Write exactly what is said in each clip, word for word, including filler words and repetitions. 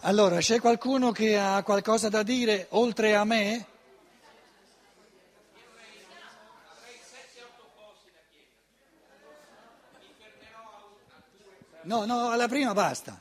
Allora, c'è qualcuno che ha qualcosa da dire oltre a me? No, no, alla prima basta.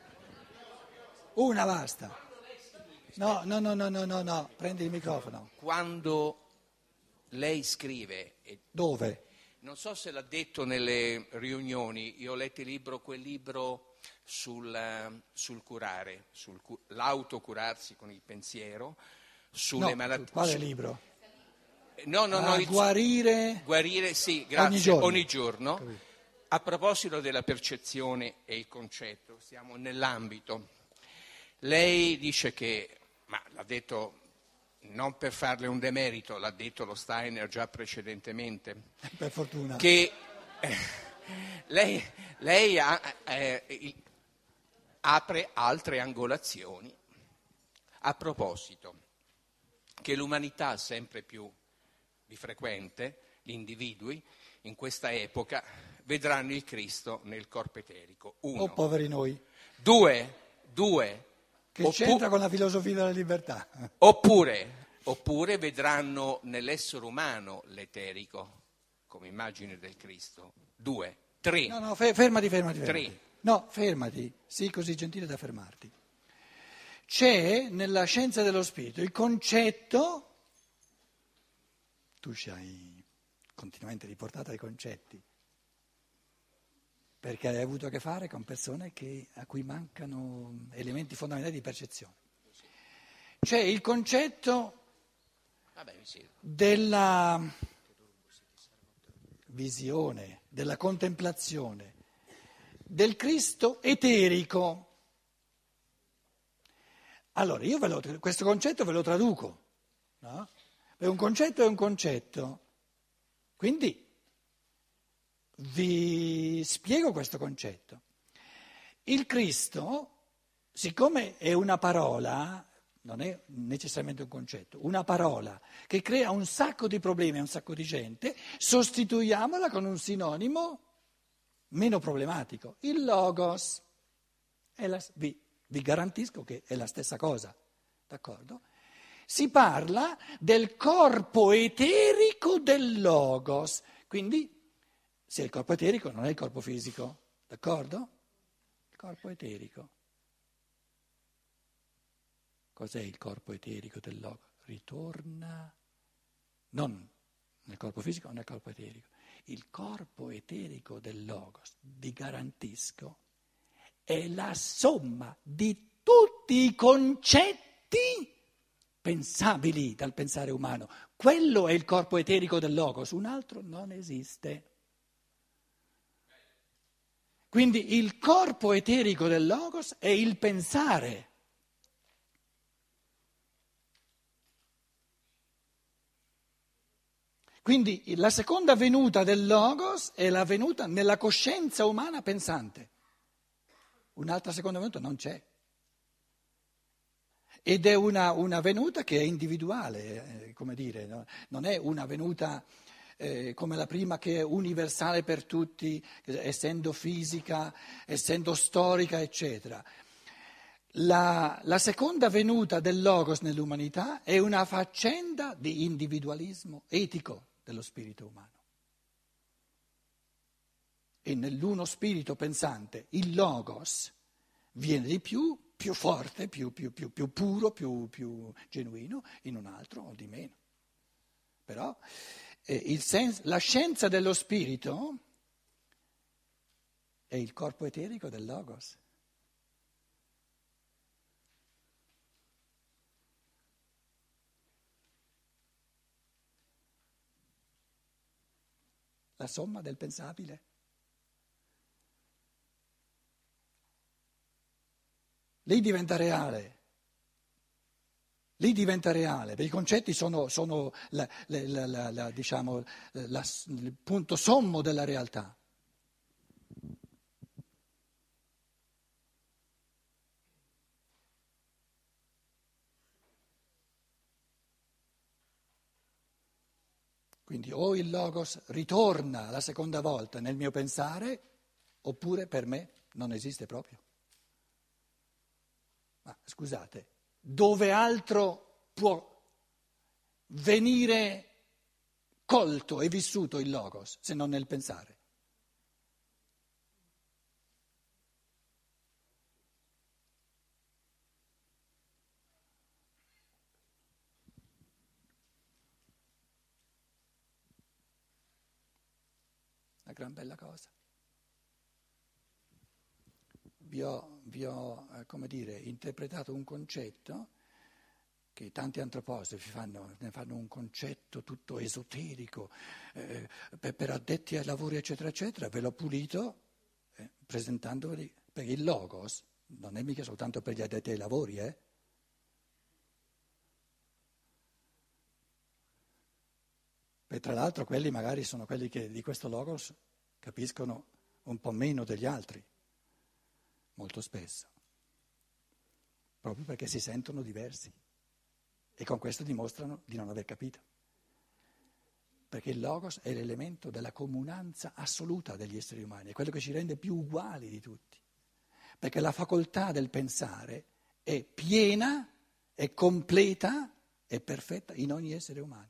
Una basta. No, no, no, no, no, no, no, prendi il microfono. Quando lei scrive, e Dove? non so se l'ha detto nelle riunioni, io ho letto il libro, quel libro sul, eh, sul curare, sul cu- l'autocurarsi con il pensiero, sulle No, malattie. quale su- libro? No, no, no, A il- guarire guarire, sì, grazie, ogni giorno. ogni giorno. Capito. A proposito della percezione e il concetto, siamo nell'ambito. Lei dice che, ma l'ha detto non per farle un demerito, l'ha detto lo Steiner già precedentemente, Per fortuna. che eh, lei, lei ha, eh, il- apre altre angolazioni a proposito che l'umanità ha sempre più di frequente, gli individui in questa epoca vedranno il Cristo nel corpo eterico. Uno. Oh, poveri noi. Due, due. Che Oppu- c'entra con la filosofia della libertà? Oppure, oppure vedranno nell'essere umano l'eterico, come immagine del Cristo. Due, tre. No, no, fe- fermati, fermati, fermati. Tre. No, fermati, sii così gentile da fermarti. C'è nella scienza dello spirito il concetto, tu ci hai continuamente riportato ai concetti, perché hai avuto a che fare con persone che, a cui mancano elementi fondamentali di percezione. C'è il concetto Vabbè, mi siedo. della visione, della contemplazione, del Cristo eterico. Allora, io ve lo, questo concetto ve lo traduco, no? Perché un concetto è un concetto, quindi vi spiego questo concetto. Il Cristo, siccome è una parola, non è necessariamente un concetto, una parola che crea un sacco di problemi a un sacco di gente, sostituiamola con un sinonimo meno problematico, il logos. È la, vi, vi garantisco che è la stessa cosa, d'accordo? Si parla del corpo eterico del logos, quindi se è il corpo eterico non è il corpo fisico, d'accordo? Il corpo eterico. Cos'è il corpo eterico del logos? Ritorna non nel corpo fisico, ma nel corpo eterico. Il corpo eterico del logos, vi garantisco, è la somma di tutti i concetti pensabili dal pensare umano. Quello è il corpo eterico del logos, un altro non esiste. Quindi il corpo eterico del logos è il pensare. Quindi la seconda venuta del logos è la venuta nella coscienza umana pensante. Un'altra seconda venuta non c'è. Ed è una, una venuta che è individuale, eh, come dire, no? Non è una venuta eh, come la prima che è universale per tutti, essendo fisica, essendo storica, eccetera. La, la seconda venuta del Logos nell'umanità è una faccenda di individualismo etico dello spirito umano. E nell'uno spirito pensante il Logos viene di più, più forte, più, più, più, più puro, più, più genuino, in un altro o di meno. Però eh, il sens- la scienza dello spirito è il corpo eterico del Logos. La somma del pensabile. Lì diventa reale, lì diventa reale, perché i concetti sono, sono la, la, la, la, diciamo, la, il punto sommo della realtà. Quindi o il Logos ritorna la seconda volta nel mio pensare, oppure per me non esiste proprio. Ma scusate, dove altro può venire colto e vissuto il logos se non nel pensare? Una gran bella cosa. Vi ho, vi ho eh, come dire, interpretato un concetto che tanti antroposofi fanno, ne fanno un concetto tutto esoterico, eh, per, per addetti ai lavori eccetera eccetera, ve l'ho pulito eh, presentandoveli, perché il logos non è mica soltanto per gli addetti ai lavori, eh? E tra l'altro quelli magari sono quelli che di questo logos capiscono un po' meno degli altri, molto spesso, proprio perché si sentono diversi e con questo dimostrano di non aver capito. Perché il logos è l'elemento della comunanza assoluta degli esseri umani, è quello che ci rende più uguali di tutti, perché la facoltà del pensare è piena, è completa, è perfetta in ogni essere umano.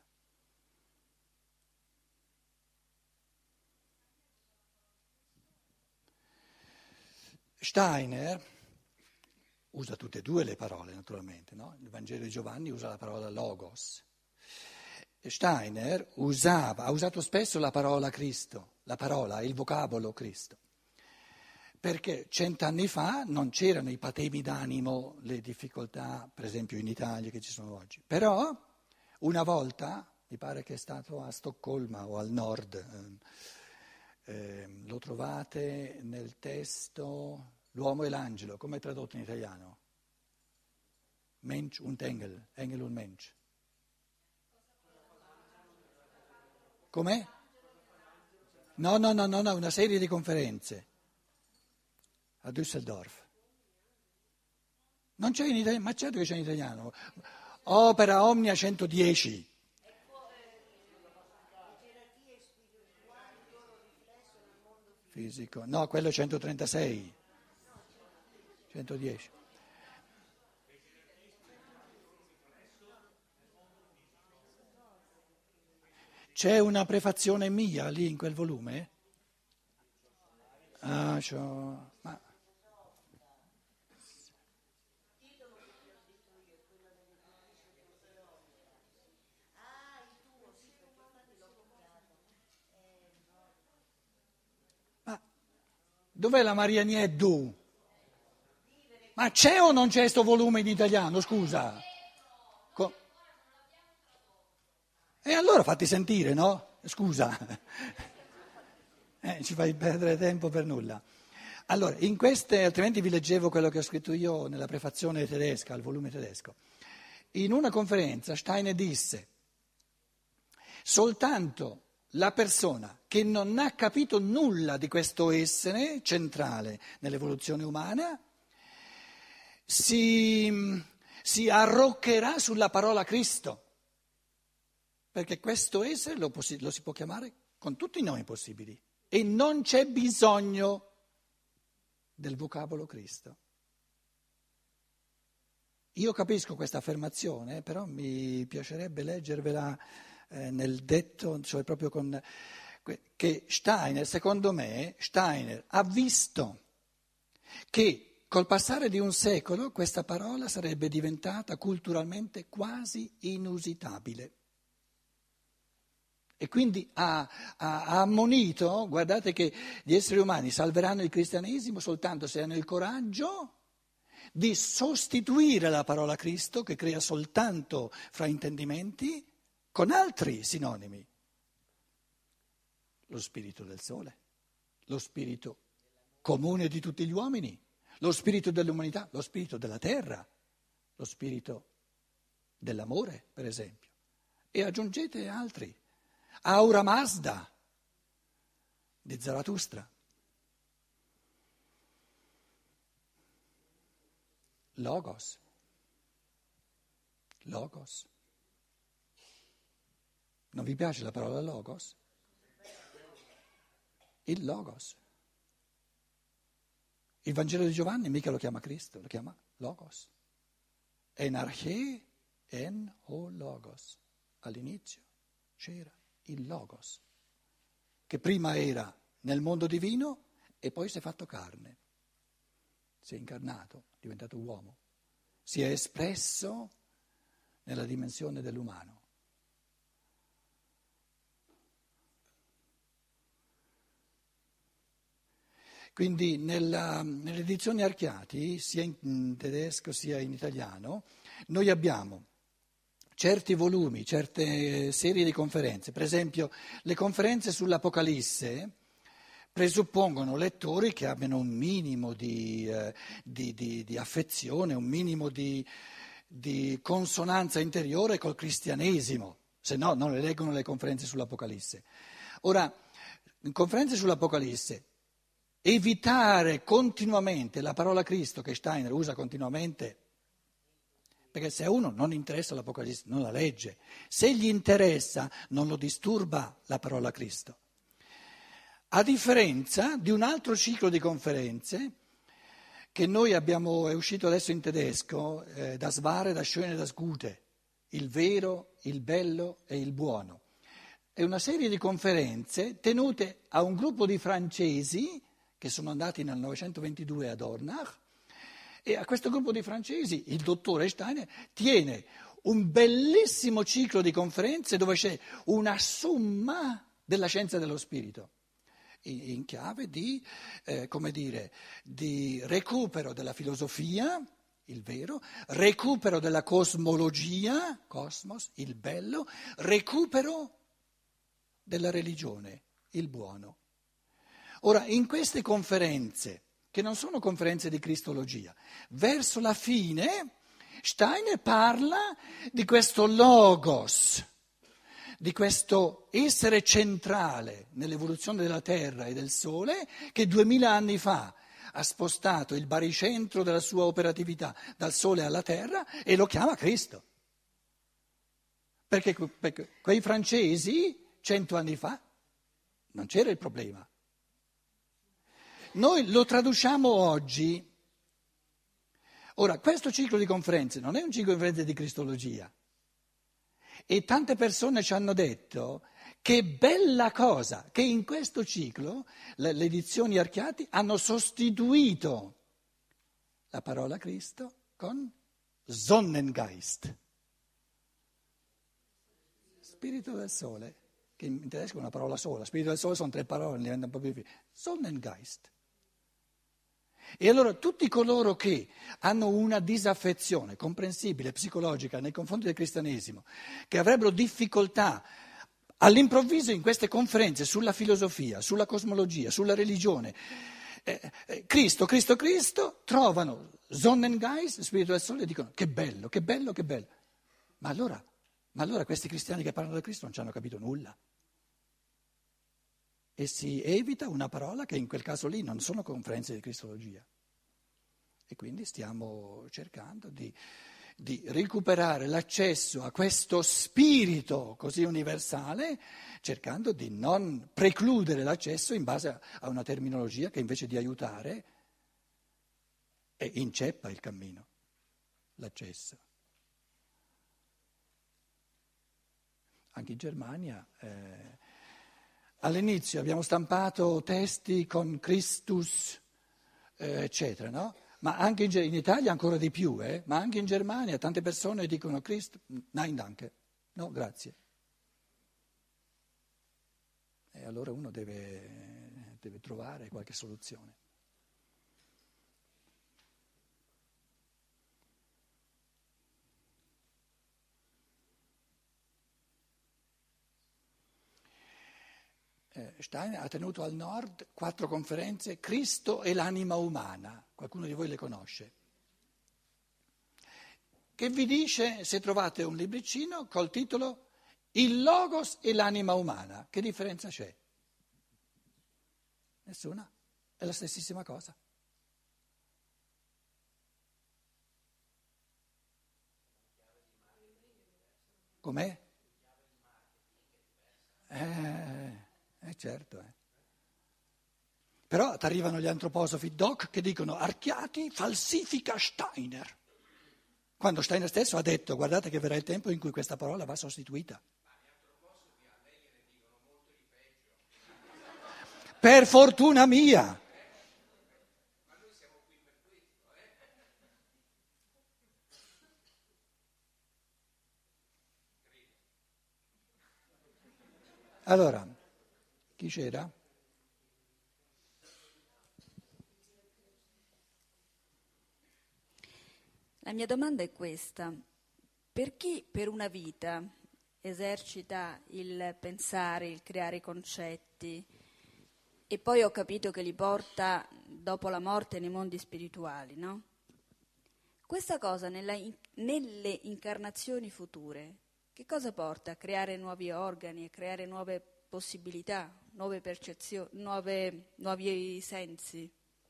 Steiner usa tutte e due le parole, naturalmente, no? Il Vangelo di Giovanni usa la parola logos. Steiner usava, ha usato spesso la parola Cristo, la parola, il vocabolo Cristo, perché cent'anni fa non c'erano i patemi d'animo, le difficoltà, per esempio in Italia, che ci sono oggi. Però una volta, mi pare che è stato a Stoccolma o al nord, eh, eh, lo trovate nel testo L'uomo e l'angelo, come è tradotto in italiano? Mensch und Engel, Engel und Mensch. Com'è? No, no, no, no, no, una serie di conferenze a Düsseldorf. Non c'è in italiano, ma certo che c'è in italiano. Opera Omnia centodieci. Fisico, no, quello è centotrentasei. centodieci. C'è una prefazione mia lì in quel volume? Ah, c'ho, ma... ma dov'è la Marianieddu? Ma c'è o non c'è questo volume in italiano, scusa? Co- e allora fatti sentire, no? Scusa, eh, ci fai perdere tempo per nulla. Allora, in queste, altrimenti vi leggevo quello che ho scritto io nella prefazione tedesca, al volume tedesco. In una conferenza Steiner disse, soltanto la persona che non ha capito nulla di questo essere centrale nell'evoluzione umana Si, si arroccherà sulla parola Cristo, perché questo essere lo, possi- lo si può chiamare con tutti i nomi possibili e non c'è bisogno del vocabolo Cristo. Io capisco questa affermazione, però mi piacerebbe leggervela eh, nel detto, cioè proprio con... che Steiner, secondo me, Steiner ha visto che col passare di un secolo questa parola sarebbe diventata culturalmente quasi inusitabile. E quindi ha, ha, ha ammonito, guardate che gli esseri umani salveranno il cristianesimo soltanto se hanno il coraggio di sostituire la parola Cristo, che crea soltanto fraintendimenti, con altri sinonimi. Lo spirito del sole, lo spirito comune di tutti gli uomini, lo spirito dell'umanità, lo spirito della terra, lo spirito dell'amore, per esempio. E aggiungete altri. Aura Mazda di Zarathustra. Logos. Logos. Non vi piace la parola logos? Il logos. Il Vangelo di Giovanni mica lo chiama Cristo, lo chiama logos. En arche, en ho logos. All'inizio c'era il logos, che prima era nel mondo divino e poi si è fatto carne, si è incarnato, è diventato uomo, si è espresso nella dimensione dell'umano. Quindi nella, nelle edizioni Archiati, sia in tedesco sia in italiano, noi abbiamo certi volumi, certe serie di conferenze. Per esempio, le conferenze sull'Apocalisse presuppongono lettori che abbiano un minimo di, eh, di, di, di affezione, un minimo di, di consonanza interiore col cristianesimo, se no non le leggono le conferenze sull'Apocalisse. Ora, in conferenze sull'Apocalisse, evitare continuamente la parola Cristo che Steiner usa continuamente, perché se a uno non interessa l'Apocalisse non la legge, se gli interessa non lo disturba la parola Cristo. A differenza di un altro ciclo di conferenze che noi abbiamo, è uscito adesso in tedesco, eh, Das Wahre, das Schöne, das Gute, il vero, il bello e il buono. È una serie di conferenze tenute a un gruppo di francesi che sono andati nel novecentoventidue ad Dornach, e a questo gruppo di francesi il dottore Steiner tiene un bellissimo ciclo di conferenze dove c'è una somma della scienza dello spirito, in chiave di, eh, come dire, di recupero della filosofia, il vero, recupero della cosmologia, cosmos, il bello, recupero della religione, il buono. Ora, in queste conferenze, che non sono conferenze di cristologia, verso la fine Steiner parla di questo logos, di questo essere centrale nell'evoluzione della Terra e del Sole, che duemila anni fa ha spostato il baricentro della sua operatività dal Sole alla Terra e lo chiama Cristo. Perché, perché quei francesi, cento anni fa, non c'era il problema. Noi lo traduciamo oggi. Ora, questo ciclo di conferenze non è un ciclo di conferenze di cristologia. E tante persone ci hanno detto che bella cosa che in questo ciclo le, le edizioni Archiati hanno sostituito la parola Cristo con Sonnengeist, spirito del sole, che in tedesco è una parola sola, spirito del sole sono tre parole, diventa un po' più difficile. Sonnengeist. E allora tutti coloro che hanno una disaffezione comprensibile, psicologica nei confronti del cristianesimo, che avrebbero difficoltà all'improvviso in queste conferenze sulla filosofia, sulla cosmologia, sulla religione, eh, eh, Cristo, Cristo, Cristo, trovano Sonnengeist, spirito del sole, e dicono che bello, che bello, che bello. Ma allora, ma allora questi cristiani che parlano di Cristo non ci hanno capito nulla. E si evita una parola che in quel caso lì non sono conferenze di cristologia. E quindi stiamo cercando di, di recuperare l'accesso a questo spirito così universale, cercando di non precludere l'accesso in base a, a una terminologia che invece di aiutare è inceppa il cammino, l'accesso. Anche in Germania... Eh, All'inizio abbiamo stampato testi con Christus, eh, eccetera, no? Ma anche in, in Italia ancora di più, eh? Ma anche in Germania tante persone dicono Christ, nein danke, no grazie. E allora uno deve, deve trovare qualche soluzione. Steiner ha tenuto al nord quattro conferenze, Cristo e l'anima umana, qualcuno di voi le conosce, che vi dice, se trovate un libricino col titolo Il Logos e l'anima umana, che differenza c'è? Nessuna, è la stessissima cosa. Com'è? Eh... Eh certo, eh. Però ti arrivano gli antroposofi doc che dicono Archiati falsifica Steiner. Quando Steiner stesso ha detto, guardate che verrà il tempo in cui questa parola va sostituita. Per fortuna mia. Allora, chi c'era? La mia domanda è questa: per chi per una vita esercita il pensare, il creare concetti e poi ho capito che li porta dopo la morte nei mondi spirituali, no? Questa cosa nella in- nelle incarnazioni future, che cosa porta a creare nuovi organi, a creare nuove possibilità, nuove percezioni, nuove, nuovi sensi?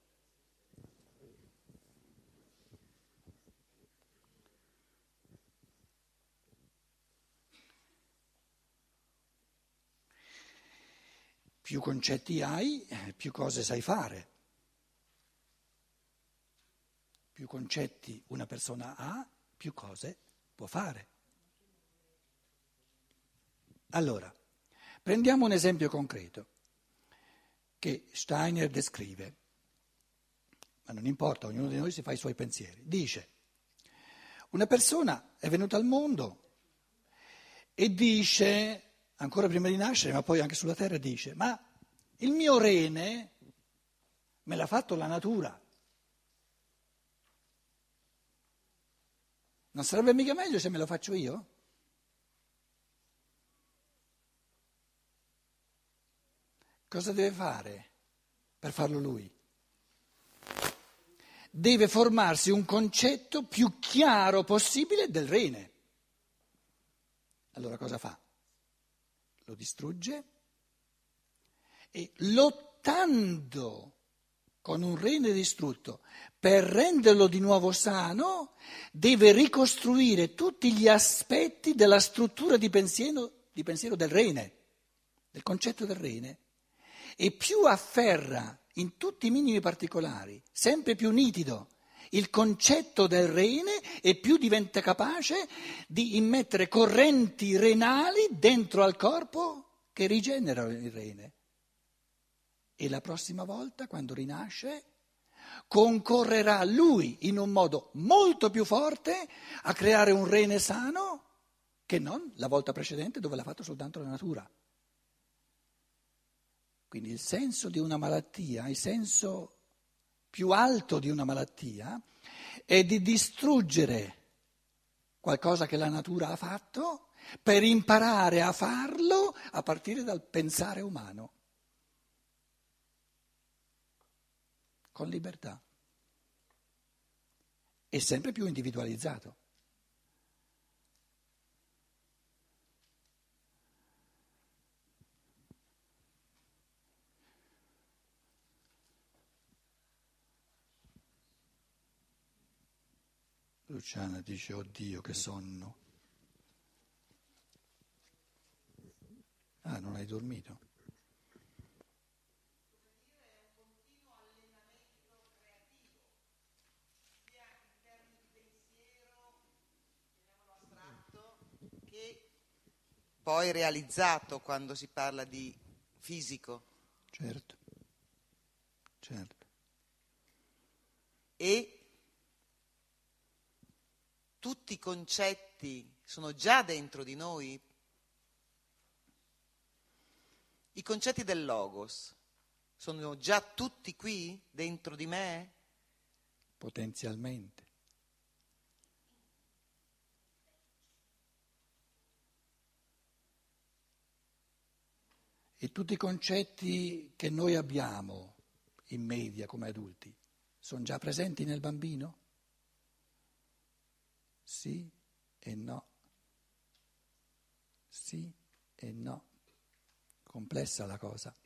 Più concetti hai, più cose sai fare. Più concetti una persona ha, più cose può fare. Allora, prendiamo un esempio concreto che Steiner descrive, ma non importa, ognuno di noi si fa i suoi pensieri. Dice, una persona è venuta al mondo e dice, ancora prima di nascere, ma poi anche sulla terra, dice, ma il mio rene me l'ha fatto la natura. Non sarebbe mica meglio se me lo faccio io? Cosa deve fare per farlo lui? Deve formarsi un concetto più chiaro possibile del rene. Allora cosa fa? Lo distrugge e lottando con un rene distrutto per renderlo di nuovo sano, deve ricostruire tutti gli aspetti della struttura di pensiero, di pensiero del rene, del concetto del rene. E più afferra in tutti i minimi particolari, sempre più nitido, il concetto del rene e più diventa capace di immettere correnti renali dentro al corpo che rigenerano il rene. E la prossima volta, quando rinasce, concorrerà lui in un modo molto più forte a creare un rene sano che non la volta precedente dove l'ha fatto soltanto la natura. Quindi il senso di una malattia, il senso più alto di una malattia è di distruggere qualcosa che la natura ha fatto per imparare a farlo a partire dal pensare umano, con libertà e sempre più individualizzato. Luciana dice, oddio che sonno. Ah, non hai dormito? Che poi realizzato quando si parla di fisico. Certo, certo. E tutti i concetti sono già dentro di noi. I concetti del logos sono già tutti qui dentro di me? Potenzialmente. E tutti i concetti che noi abbiamo in media come adulti sono già presenti nel bambino? Sì e no. Sì e no. Complessa la cosa.